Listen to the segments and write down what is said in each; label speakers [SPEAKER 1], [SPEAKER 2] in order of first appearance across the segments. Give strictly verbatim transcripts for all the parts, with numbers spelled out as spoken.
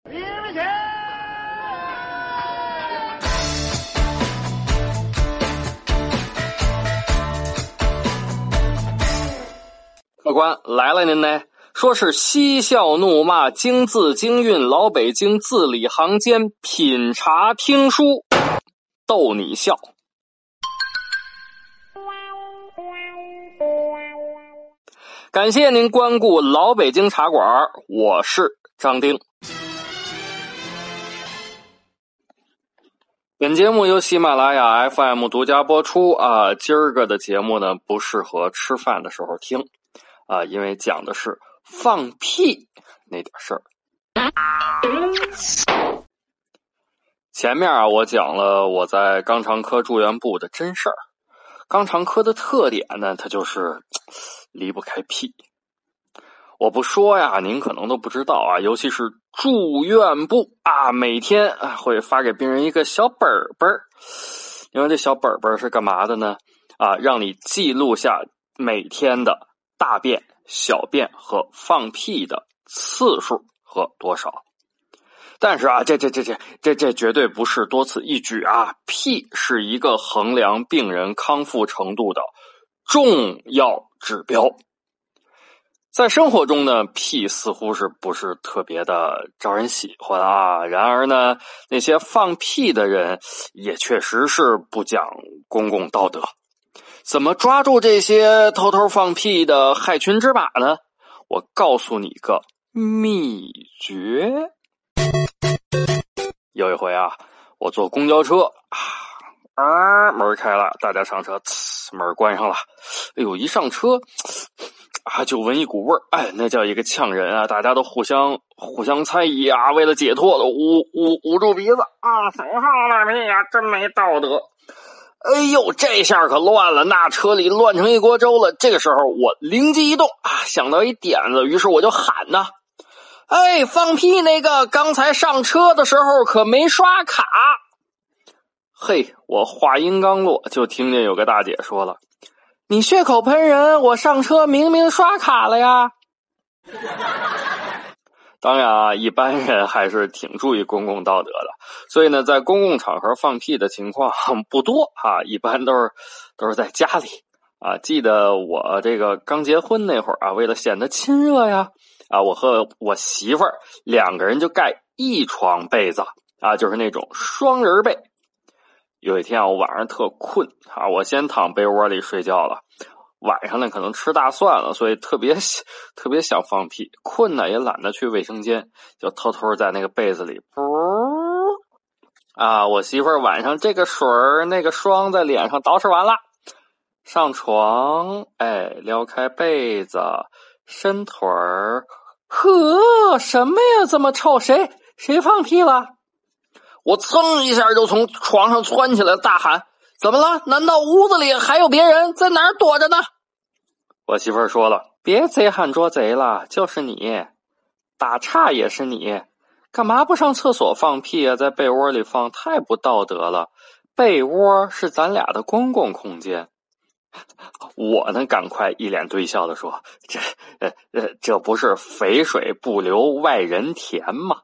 [SPEAKER 1] 客官来了您呢，说是嬉笑怒骂，京字京韵，老北京字里行间，品茶听书，逗你笑。感谢您光顾老北京茶馆，我是张丁。本节目由喜马拉雅 F M 独家播出啊，今儿个的节目呢不适合吃饭的时候听啊，因为讲的是放屁那点事儿。前面啊，我讲了我在肛肠科住院部的真事儿。肛肠科的特点呢，它就是离不开屁。我不说呀，您可能都不知道啊，尤其是住院部啊，每天会发给病人一个小本本。因为这小本本是干嘛的呢？啊，让你记录下每天的大便、小便和放屁的次数和多少。但是啊，这这这这这这绝对不是多此一举啊！屁是一个衡量病人康复程度的重要指标。在生活中呢，屁似乎是不是特别的招人喜欢啊？然而呢，那些放屁的人也确实是不讲公共道德。怎么抓住这些偷偷放屁的害群之马呢？我告诉你个秘诀。有一回啊，我坐公交车啊，门开了，大家上车，门关上了。哎呦，一上车啊，就闻一股味儿，哎，那叫一个呛人啊！大家都互相互相猜疑啊，为了解脱，捂捂捂住鼻子啊，谁放的屁呀？真没道德！哎呦，这下可乱了，那车里乱成一锅粥了。这个时候我灵机一动啊，想到一点子，于是我就喊呐。哎，放屁那个，刚才上车的时候可没刷卡。嘿，我话音刚落，就听见有个大姐说了：“你血口喷人，我上车明明刷卡了呀。”当然啊，一般人还是挺注意公共道德的，所以呢，在公共场合放屁的情况不多啊，一般都是都是在家里啊。记得我这个刚结婚那会儿啊，为了显得亲热呀。啊，我和我媳妇儿两个人就盖一床被子啊，就是那种双人被。有一天啊，我晚上特困啊，我先躺被窝里睡觉了。晚上呢，可能吃大蒜了，所以特别特别想放屁，困呢也懒得去卫生间，就偷偷在那个被子里噗啊。我媳妇儿晚上这个水儿那个霜在脸上捯饬完了，上床，哎，撩开被子。伸腿儿，呵，什么呀？这么臭？谁谁放屁了？我噌一下就从床上窜起来，大喊：“怎么了？难道屋子里还有别人？在哪儿躲着呢？”我媳妇儿说了：“别贼喊捉贼了，就是你，打岔也是你，干嘛不上厕所放屁啊？在被窝里放，太不道德了。被窝是咱俩的公共空间。”我呢，赶快一脸堆笑的说：“这，呃呃，这不是肥水不流外人田吗？”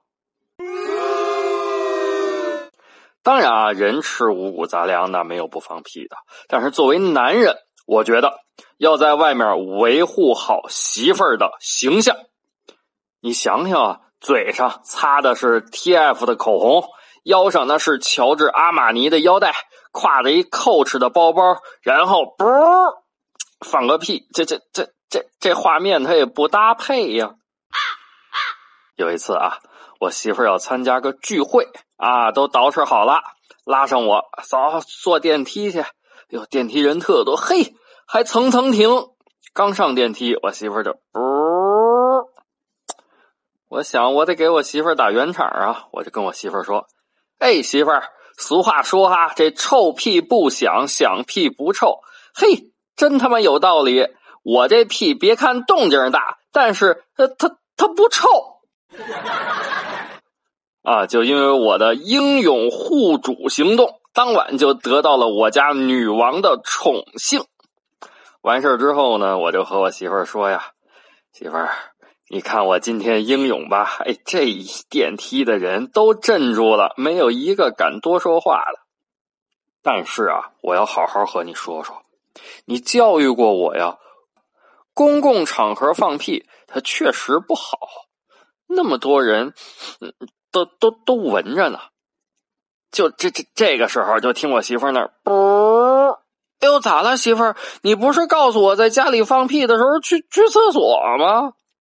[SPEAKER 1] 当然啊，人吃五谷杂粮那没有不放屁的，但是作为男人，我觉得要在外面维护好媳妇儿的形象。你想想啊，嘴上擦的是 T F 的口红，腰上那是乔治阿玛尼的腰带，挎着一Coach的包包，然后啵放个屁，这这这这这画面它也不搭配呀。有一次啊，我媳妇儿要参加个聚会啊，都捯饬好了，拉上我走坐电梯去。哟，电梯人特多，嘿，还层层停。刚上电梯，我媳妇儿就啵，我想我得给我媳妇儿打圆场啊，我就跟我媳妇儿说：“哎，媳妇儿，俗话说哈、啊，这臭屁不响，响屁不臭。嘿，真他妈有道理。我这屁别看动静大，但是呃，它它不臭。”啊，就因为我的英勇护主行动，当晚就得到了我家女王的宠幸。完事之后呢，我就和我媳妇儿说呀：“媳妇儿， 你看我今天英勇吧，哎，这一电梯的人都镇住了，没有一个敢多说话的。但是啊，我要好好和你说说，你教育过我呀，公共场合放屁它确实不好，那么多人都都都闻着呢。就这这这个时候就听我媳妇儿那儿啵，哎呦咋了媳妇儿，你不是告诉我在家里放屁的时候去去厕所吗？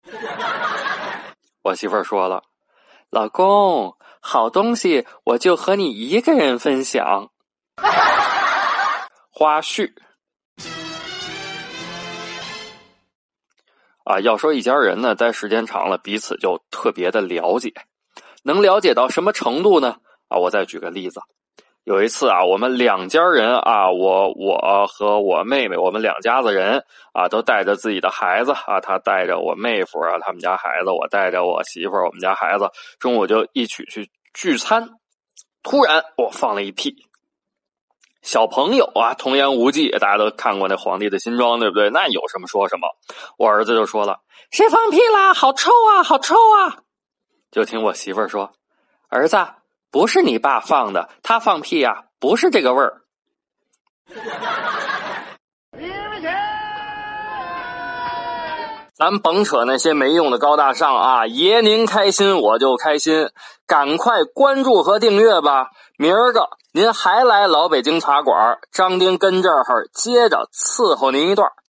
[SPEAKER 1] 我媳妇儿说了，老公，好东西我就和你一个人分享。花絮啊，要说一家人呢，待时间长了，彼此就特别的了解，能了解到什么程度呢？啊，我再举个例子，有一次啊，我们两家人啊，我我和我妹妹，我们两家子人啊，都带着自己的孩子啊，他带着我妹夫啊，他们家孩子，我带着我媳妇儿，我们家孩子，中午就一起去聚餐。突然我放了一屁，小朋友啊，童言无忌，大家都看过那皇帝的新装，对不对？那有什么说什么。我儿子就说了，谁放屁啦？好臭啊，好臭啊！就听我媳妇儿说，儿子，不是你爸放的，他放屁啊，不是这个味儿。咱甭扯那些没用的高大上啊，爷您开心我就开心，赶快关注和订阅吧。明儿个您还来老北京茶馆，张丁跟这儿接着伺候您一段。